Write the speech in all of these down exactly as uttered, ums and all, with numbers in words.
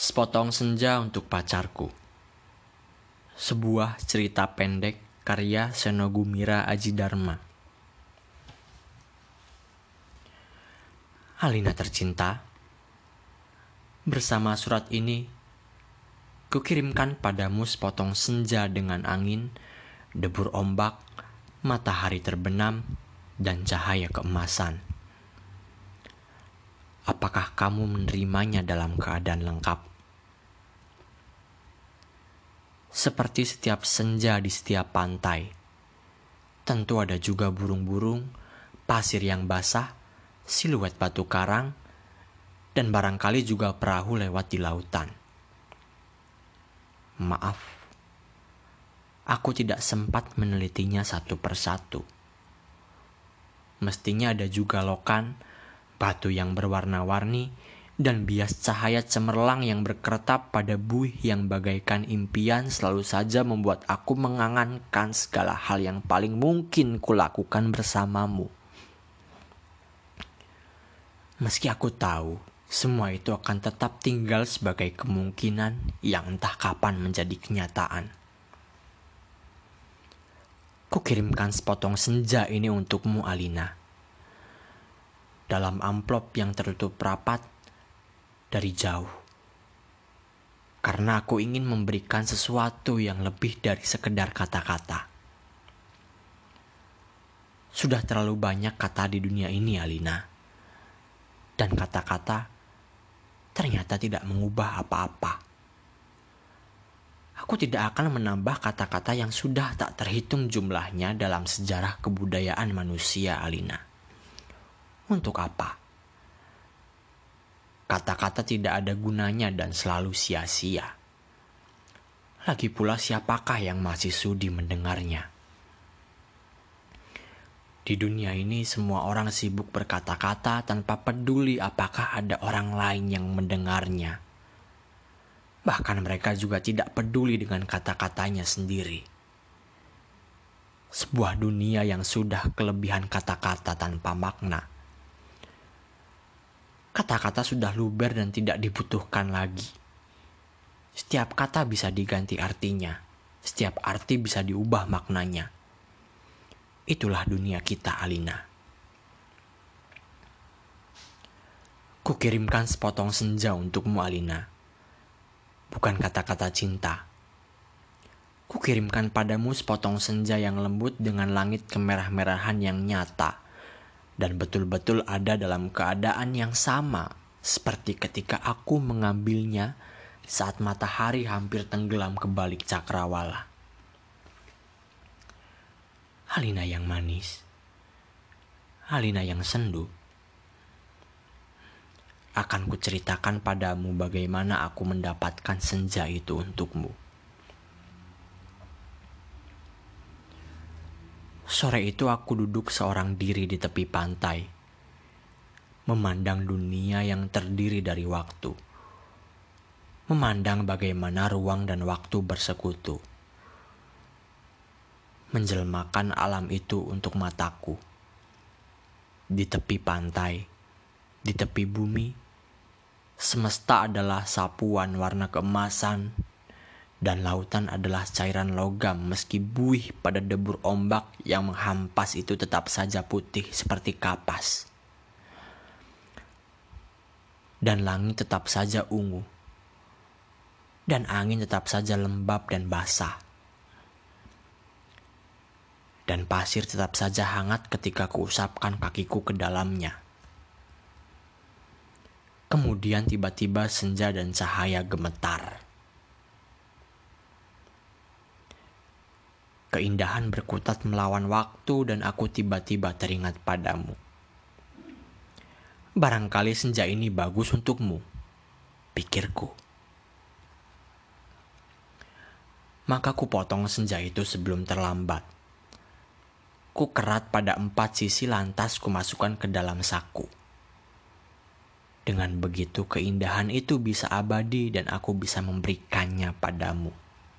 Sepotong senja untuk pacarku. Sebuah cerita pendek karya Seno Gumira Adjidharma. Alina tercinta, bersama surat ini kukirimkan padamu sepotong senja dengan angin, debur ombak, matahari terbenam, dan cahaya keemasan. Apakah kamu menerimanya dalam keadaan lengkap? Seperti setiap senja di setiap pantai, tentu ada juga burung-burung, pasir yang basah, siluet batu karang, dan barangkali juga perahu lewat di lautan. Maaf, aku tidak sempat menelitinya satu persatu. Mestinya ada juga lokan, batu yang berwarna-warni, dan bias cahaya cemerlang yang berkeretap pada buih yang bagaikan impian selalu saja membuat aku mengangankan segala hal yang paling mungkin kulakukan bersamamu. Meski aku tahu, semua itu akan tetap tinggal sebagai kemungkinan yang entah kapan menjadi kenyataan. Kukirimkan sepotong senja ini untukmu, Alina. Dalam amplop yang tertutup rapat dari jauh. Karena aku ingin memberikan sesuatu yang lebih dari sekedar kata-kata. Sudah terlalu banyak kata di dunia ini, Alina. Dan kata-kata ternyata tidak mengubah apa-apa. Aku tidak akan menambah kata-kata yang sudah tak terhitung jumlahnya dalam sejarah kebudayaan manusia, Alina. Untuk apa? Kata-kata tidak ada gunanya dan selalu sia-sia. Lagi pula siapakah yang masih sudi mendengarnya? Di dunia ini semua orang sibuk berkata-kata tanpa peduli apakah ada orang lain yang mendengarnya. Bahkan mereka juga tidak peduli dengan kata-katanya sendiri. Sebuah dunia yang sudah kelebihan kata-kata tanpa makna. Kata-kata sudah luber dan tidak dibutuhkan lagi. Setiap kata bisa diganti artinya. Setiap arti bisa diubah maknanya. Itulah dunia kita, Alina. Kukirimkan sepotong senja untukmu, Alina. Bukan kata-kata cinta. Kukirimkan padamu sepotong senja yang lembut dengan langit kemerah-merahan yang nyata. Dan betul-betul ada dalam keadaan yang sama seperti ketika aku mengambilnya saat matahari hampir tenggelam ke balik cakrawala. Alina yang manis, Alina yang sendu, akan kuceritakan padamu bagaimana aku mendapatkan senja itu untukmu. Sore itu aku duduk seorang diri di tepi pantai, memandang dunia yang terdiri dari waktu, memandang bagaimana ruang dan waktu bersekutu, menjelmakan alam itu untuk mataku. Di tepi pantai, di tepi bumi, semesta adalah sapuan warna keemasan, dan lautan adalah cairan logam meski buih pada debur ombak yang menghampas itu tetap saja putih seperti kapas. Dan langit tetap saja ungu. Dan angin tetap saja lembab dan basah. Dan pasir tetap saja hangat ketika kuusapkan kakiku ke dalamnya. Kemudian tiba-tiba senja dan cahaya gemetar. Keindahan berkutat melawan waktu dan aku tiba-tiba teringat padamu. Barangkali senja ini bagus untukmu, pikirku. Maka ku potong senja itu sebelum terlambat. Ku kerat pada empat sisi lantas ku masukkan ke dalam saku. Dengan begitu keindahan itu bisa abadi dan aku bisa memberikannya padamu.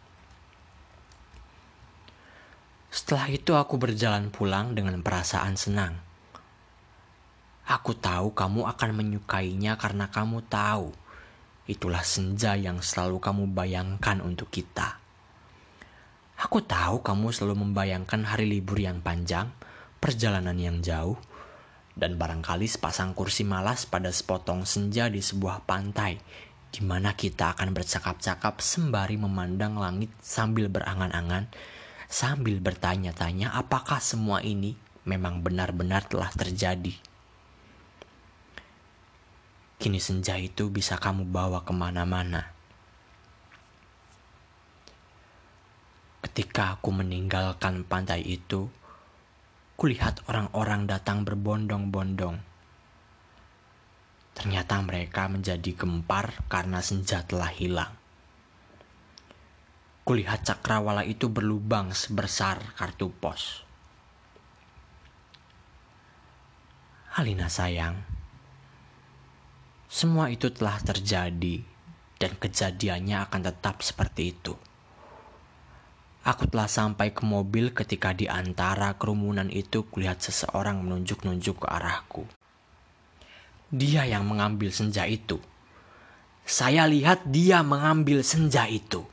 Setelah itu aku berjalan pulang dengan perasaan senang. Aku tahu kamu akan menyukainya karena kamu tahu Itulah senja yang selalu kamu bayangkan untuk kita. Aku tahu kamu selalu membayangkan hari libur yang panjang, perjalanan yang jauh, dan barangkali sepasang kursi malas pada sepotong senja di sebuah pantai, di mana kita akan bercakap-cakap sembari memandang langit sambil berangan-angan, sambil bertanya-tanya apakah semua ini memang benar-benar telah terjadi. Kini senja itu bisa kamu bawa kemana-mana. Ketika aku meninggalkan pantai itu, kulihat orang-orang datang berbondong-bondong. Ternyata mereka menjadi gempar karena senja telah hilang. Kulihat cakrawala itu berlubang sebesar kartu pos. Alina sayang, semua itu telah terjadi dan kejadiannya akan tetap seperti itu. Aku telah sampai ke mobil ketika di antara kerumunan itu kulihat seseorang menunjuk-nunjuk ke arahku. Dia yang mengambil senja itu. Saya lihat dia mengambil senja itu.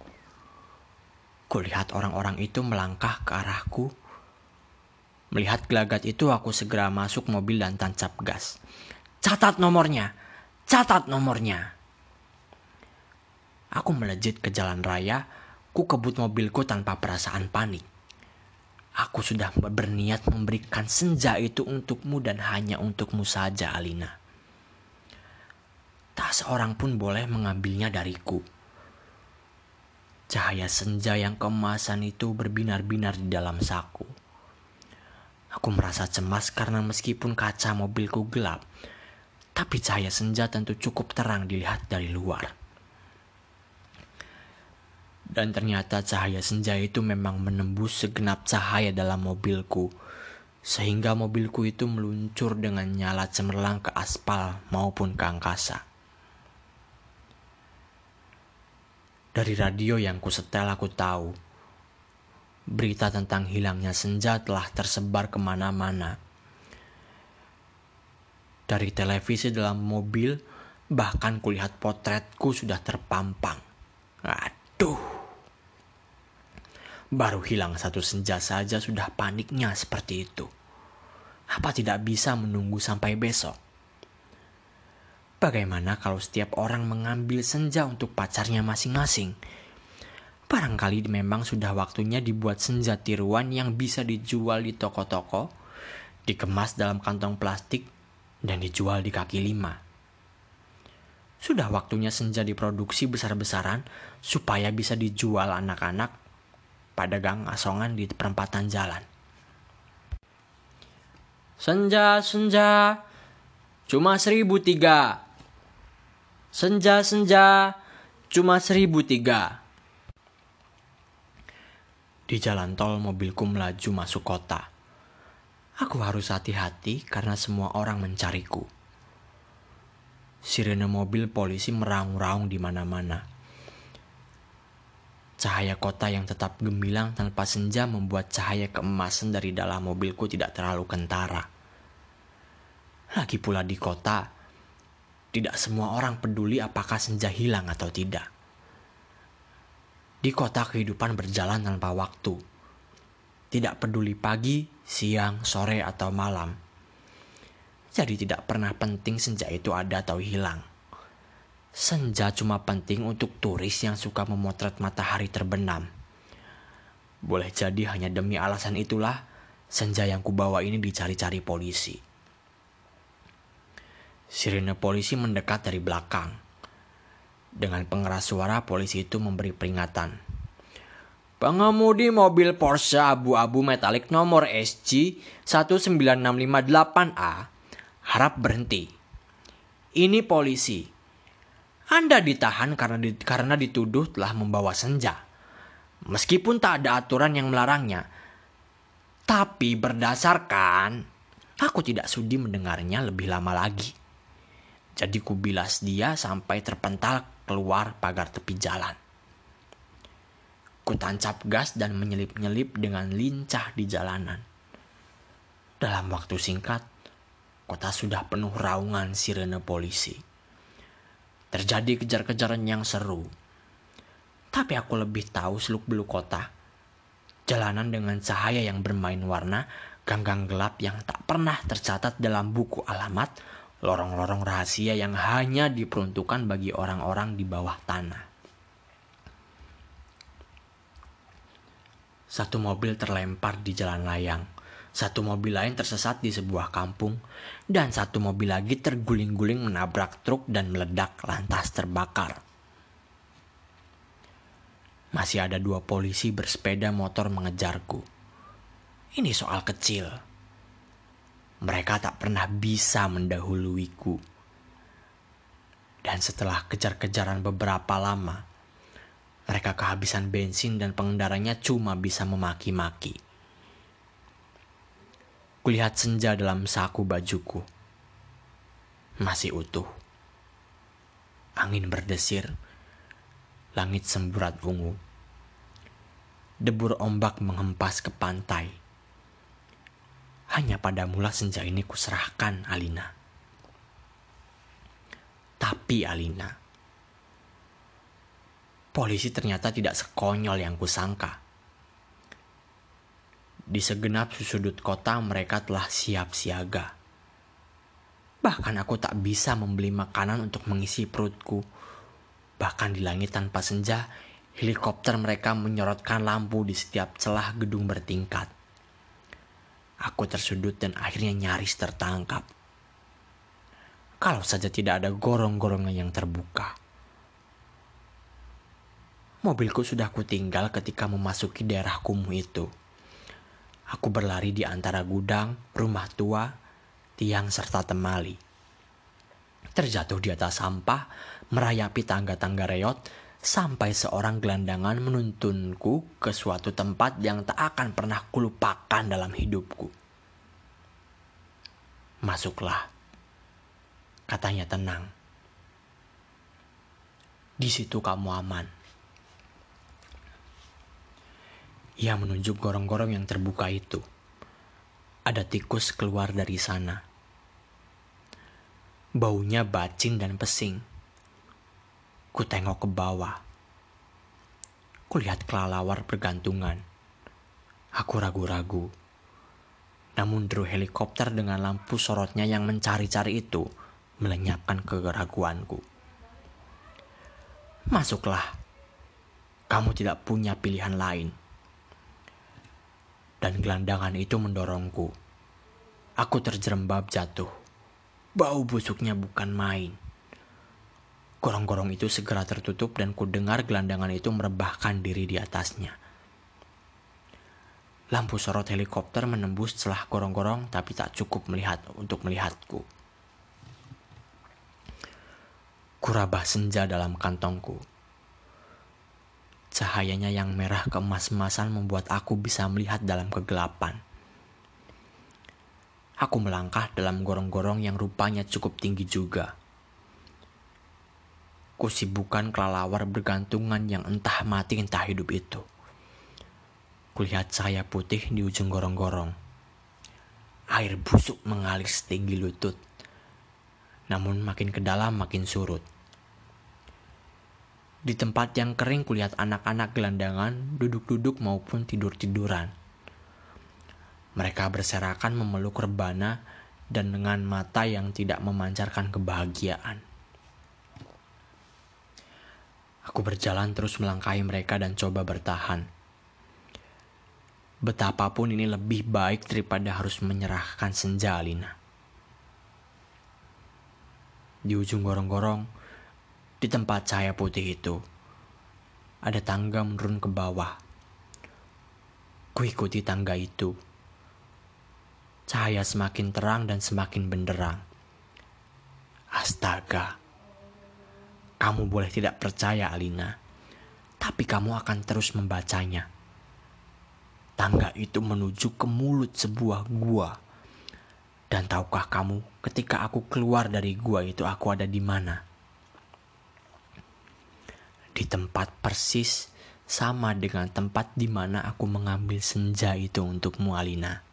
Kulihat orang-orang itu melangkah ke arahku. Melihat gelagat itu aku segera masuk mobil dan tancap gas. Catat nomornya! Catat nomornya! Aku melejit ke jalan raya, ku kebut mobilku tanpa perasaan panik. Aku sudah berniat memberikan senja itu untukmu dan hanya untukmu saja, Alina. Tak seorang pun boleh mengambilnya dariku. Cahaya senja yang keemasan itu berbinar-binar di dalam saku. Aku merasa cemas karena meskipun kaca mobilku gelap, tapi cahaya senja tentu cukup terang dilihat dari luar. Dan ternyata cahaya senja itu memang menembus segenap cahaya dalam mobilku, sehingga mobilku itu meluncur dengan nyala cemerlang ke aspal maupun ke angkasa. Dari radio yang kusetel aku tahu, berita tentang hilangnya senja telah tersebar kemana-mana. Dari televisi dalam mobil, bahkan kulihat potretku sudah terpampang. Aduh. Baru hilang satu senja saja sudah paniknya seperti itu. Apa tidak bisa menunggu sampai besok? Bagaimana kalau setiap orang mengambil senja untuk pacarnya masing-masing? Barangkali memang sudah waktunya dibuat senja tiruan yang bisa dijual di toko-toko, dikemas dalam kantong plastik, dan dijual di kaki lima. Sudah waktunya senja diproduksi besar-besaran supaya bisa dijual anak-anak pada gang asongan di perempatan jalan. Senja, senja, cuma seribu tiga. Senja, senja, cuma seribu tiga. Di jalan tol mobilku melaju masuk kota. Aku harus hati-hati karena semua orang mencariku. Sirene mobil polisi meraung-raung di mana-mana. Cahaya kota yang tetap gemilang tanpa senja membuat cahaya keemasan dari dalam mobilku tidak terlalu kentara. Lagi pula di kota, tidak semua orang peduli apakah senja hilang atau tidak. Di kota kehidupan berjalan tanpa waktu. Tidak peduli pagi, siang, sore, atau malam. Jadi tidak pernah penting senja itu ada atau hilang. Senja cuma penting untuk turis yang suka memotret matahari terbenam. Boleh jadi hanya demi alasan itulah senja yang kubawa ini dicari-cari polisi. Sirene polisi mendekat dari belakang. Dengan pengeras suara polisi itu memberi peringatan. Pengemudi mobil Porsche abu-abu metalik nomor S G satu sembilan enam lima delapan A harap berhenti. Ini polisi. Anda ditahan karena di, karena dituduh telah membawa senja. Meskipun tak ada aturan yang melarangnya. Tapi berdasarkan, aku tidak sudi mendengarnya lebih lama lagi. Jadi kubilas dia sampai terpental keluar pagar tepi jalan. Kutancap gas dan menyelip-nyelip dengan lincah di jalanan. Dalam waktu singkat, kota sudah penuh raungan sirene polisi. Terjadi kejar-kejaran yang seru. Tapi aku lebih tahu seluk-beluk kota. Jalanan dengan cahaya yang bermain warna, gang-gang gelap yang tak pernah tercatat dalam buku alamat, lorong-lorong rahasia yang hanya diperuntukkan bagi orang-orang di bawah tanah. Satu mobil terlempar di jalan layang, satu mobil lain tersesat di sebuah kampung, dan satu mobil lagi terguling-guling menabrak truk dan meledak lantas terbakar. Masih ada dua polisi bersepeda motor mengejarku. Ini soal kecil. Mereka tak pernah bisa mendahuluiku. Dan setelah kejar-kejaran beberapa lama, mereka kehabisan bensin dan pengendaranya cuma bisa memaki-maki. Kulihat senja dalam saku bajuku. Masih utuh. Angin berdesir. Langit semburat ungu. Debur ombak menghempas ke pantai. Hanya padamulah senja ini kuserahkan, Alina. Tapi Alina, polisi ternyata tidak sekonyol yang kusangka. Di segenap sudut kota mereka telah siap siaga. Bahkan aku tak bisa membeli makanan untuk mengisi perutku. Bahkan di langit tanpa senja, helikopter mereka menyorotkan lampu di setiap celah gedung bertingkat. Aku tersudut dan akhirnya nyaris tertangkap. Kalau saja tidak ada gorong-gorongan yang terbuka. Mobilku sudah kutinggal ketika memasuki daerah kumuh itu. Aku berlari di antara gudang, rumah tua, tiang serta temali. Terjatuh di atas sampah, merayapi tangga-tangga reot, sampai seorang gelandangan menuntunku ke suatu tempat yang tak akan pernah kulupakan dalam hidupku. Masuklah, katanya tenang. Di situ kamu aman. Ia menunjuk gorong-gorong yang terbuka itu. Ada tikus keluar dari sana. Baunya bacin dan pesing. Ku tengok ke bawah. Kulihat kelelawar bergantungan. Aku ragu-ragu. Namun deru helikopter dengan lampu sorotnya yang mencari-cari itu melenyapkan keraguanku. Masuklah. Kamu tidak punya pilihan lain. Dan gelandangan itu mendorongku. Aku terjerembab jatuh. Bau busuknya bukan main. Gorong-gorong itu segera tertutup dan ku dengar gelandangan itu merebahkan diri di atasnya. Lampu sorot helikopter menembus celah gorong-gorong tapi tak cukup melihat untuk melihatku. Kurabah senja dalam kantongku. Cahayanya yang merah keemas-emasan membuat aku bisa melihat dalam kegelapan. Aku melangkah dalam gorong-gorong yang rupanya cukup tinggi juga. Kusibukkan kelelawar bergantungan yang entah mati entah hidup itu. Kulihat cahaya putih di ujung gorong-gorong. Air busuk mengalir setinggi lutut. Namun makin ke dalam makin surut. Di tempat yang kering kulihat anak-anak gelandangan duduk-duduk maupun tidur-tiduran. Mereka berserakan memeluk rebana dan dengan mata yang tidak memancarkan kebahagiaan. Aku berjalan terus melangkahi mereka dan coba bertahan. Betapapun ini lebih baik daripada harus menyerahkan senja, Alina. Di ujung gorong-gorong, di tempat cahaya putih itu, ada tangga menurun ke bawah. Kuikuti tangga itu. Cahaya semakin terang dan semakin benderang. Astaga. Kamu boleh tidak percaya, Alina. Tapi kamu akan terus membacanya. Tangga itu menuju ke mulut sebuah gua. Dan tahukah kamu, ketika aku keluar dari gua itu aku ada di mana? Di tempat persis sama dengan tempat di mana aku mengambil senja itu untukmu, Alina.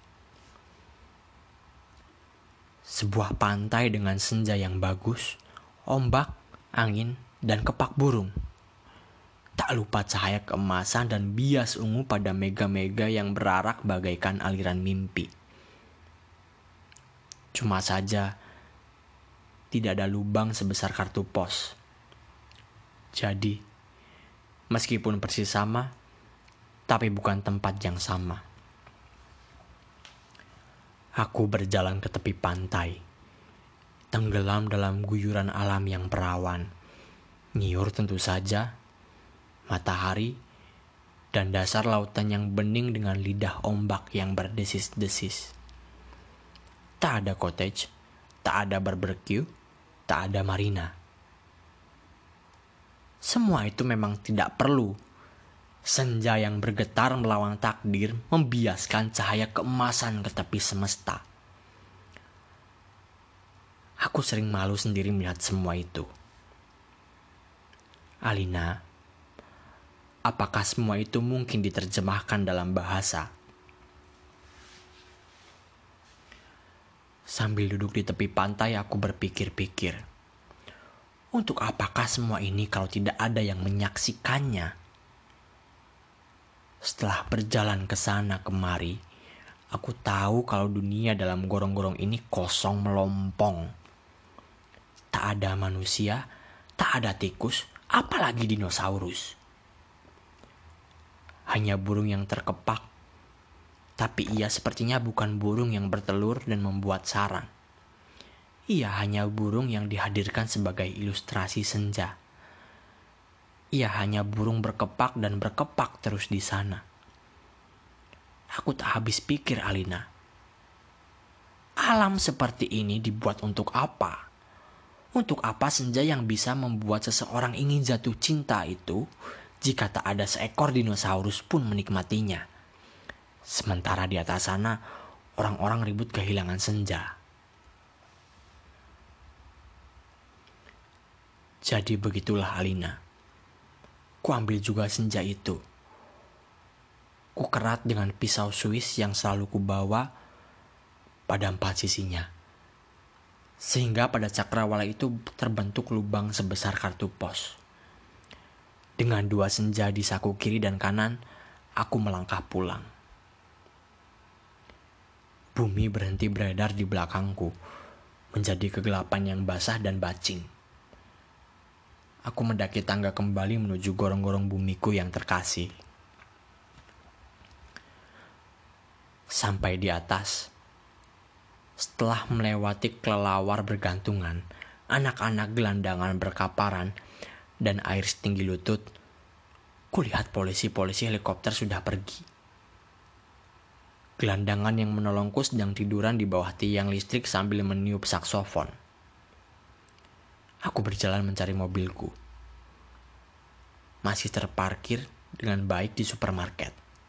Sebuah pantai dengan senja yang bagus, ombak, angin, dan kepak burung. Tak lupa cahaya keemasan dan bias ungu pada mega-mega yang berarak bagaikan aliran mimpi. Cuma saja, tidak ada lubang sebesar kartu pos. Jadi, meskipun persis sama, tapi bukan tempat yang sama. Aku berjalan ke tepi pantai, tenggelam dalam guyuran alam yang perawan. Nyiur tentu saja, matahari, dan dasar lautan yang bening dengan lidah ombak yang berdesis-desis. Tak ada cottage, tak ada barbecue, tak ada marina. Semua itu memang tidak perlu. Senja yang bergetar melawan takdir membiaskan cahaya keemasan ke tepi semesta. Aku sering malu sendiri melihat semua itu. Alina, apakah semua itu mungkin diterjemahkan dalam bahasa? Sambil duduk di tepi pantai, aku berpikir-pikir. Untuk apakah semua ini kalau tidak ada yang menyaksikannya? Setelah berjalan ke sana kemari, aku tahu kalau dunia dalam gorong-gorong ini kosong melompong. Tak ada manusia, tak ada tikus, apalagi dinosaurus. Hanya burung yang terkepak, tapi ia sepertinya bukan burung yang bertelur dan membuat sarang. Ia hanya burung yang dihadirkan sebagai ilustrasi senja. Ia hanya burung berkepak dan berkepak terus di sana. Aku tak habis pikir, Alina. Alam seperti ini dibuat untuk apa? Untuk apa senja yang bisa membuat seseorang ingin jatuh cinta itu jika tak ada seekor dinosaurus pun menikmatinya? Sementara di atas sana, orang-orang ribut kehilangan senja. Jadi begitulah, Alina. Ku ambil juga senja itu. Ku kerat dengan pisau Swiss yang selalu ku bawa pada empat sisinya. Sehingga pada cakrawala itu terbentuk lubang sebesar kartu pos. Dengan dua senja di saku kiri dan kanan, aku melangkah pulang. Bumi berhenti beredar di belakangku, menjadi kegelapan yang basah dan bacing. Aku mendaki tangga kembali menuju gorong-gorong bumiku yang terkasih. Sampai di atas, setelah melewati kelelawar bergantungan, anak-anak gelandangan berkaparan, dan air setinggi lutut, kulihat polisi-polisi helikopter sudah pergi. Gelandangan yang menolongku sedang tiduran di bawah tiang listrik sambil meniup saksofon. Aku berjalan mencari mobilku. Masih terparkir dengan baik di supermarket.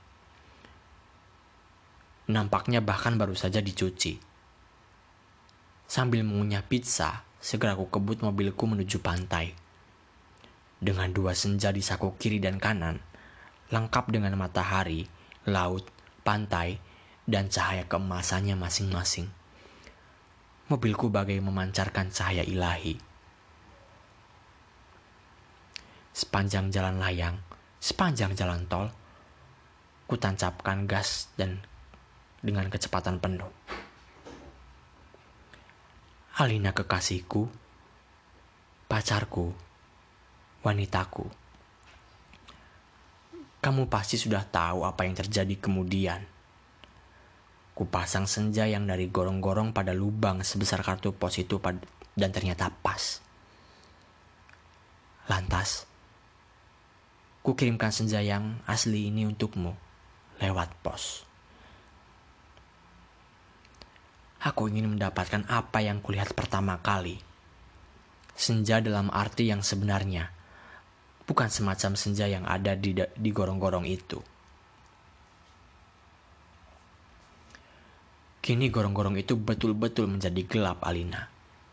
Nampaknya bahkan baru saja dicuci. Sambil mengunyah pizza, segera aku kebut mobilku menuju pantai. Dengan dua senja di saku kiri dan kanan, lengkap dengan matahari, laut, pantai, dan cahaya keemasannya masing-masing. Mobilku bagai memancarkan cahaya ilahi. Sepanjang jalan layang, sepanjang jalan tol, ku tancapkan gas dan dengan kecepatan penuh. Alina kekasihku, pacarku, wanitaku. Kamu pasti sudah tahu apa yang terjadi kemudian. Kupasang senja yang dari gorong-gorong pada lubang sebesar kartu pos itu dan ternyata pas. Lantas, kukirimkan senja yang asli ini untukmu lewat pos. Aku ingin mendapatkan apa yang kulihat pertama kali. Senja dalam arti yang sebenarnya, bukan semacam senja yang ada di, di gorong-gorong itu. Kini gorong-gorong itu betul-betul menjadi gelap, Alina.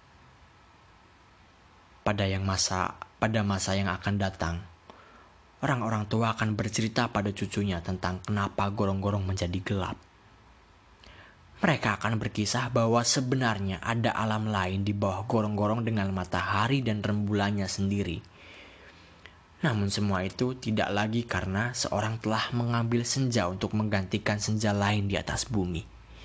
Pada yang masa, pada masa yang akan datang, orang-orang tua akan bercerita pada cucunya tentang kenapa gorong-gorong menjadi gelap. Mereka akan berkisah bahwa sebenarnya ada alam lain di bawah gorong-gorong dengan matahari dan rembulannya sendiri. Namun semua itu tidak lagi karena seorang telah mengambil senja untuk menggantikan senja lain di atas bumi.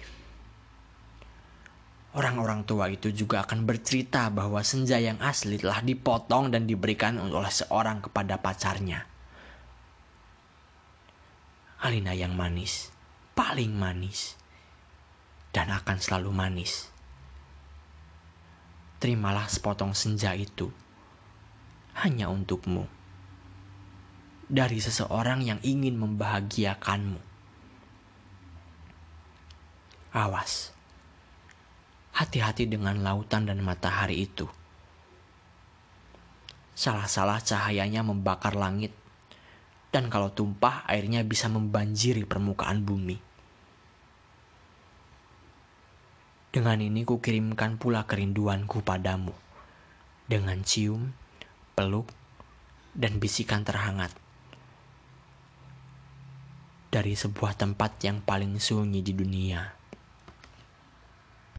Orang-orang tua itu juga akan bercerita bahwa senja yang asli telah dipotong dan diberikan oleh seorang kepada pacarnya. Alina yang manis, paling manis, dan akan selalu manis. Terimalah sepotong senja itu, hanya untukmu. Dari seseorang yang ingin membahagiakanmu. Awas, hati-hati dengan lautan dan matahari itu. Salah-salah cahayanya membakar langit, dan kalau tumpah airnya bisa membanjiri permukaan bumi. Dengan ini kukirimkan pula kerinduanku padamu, dengan cium, peluk, dan bisikan terhangat. Dari sebuah tempat yang paling sunyi di dunia.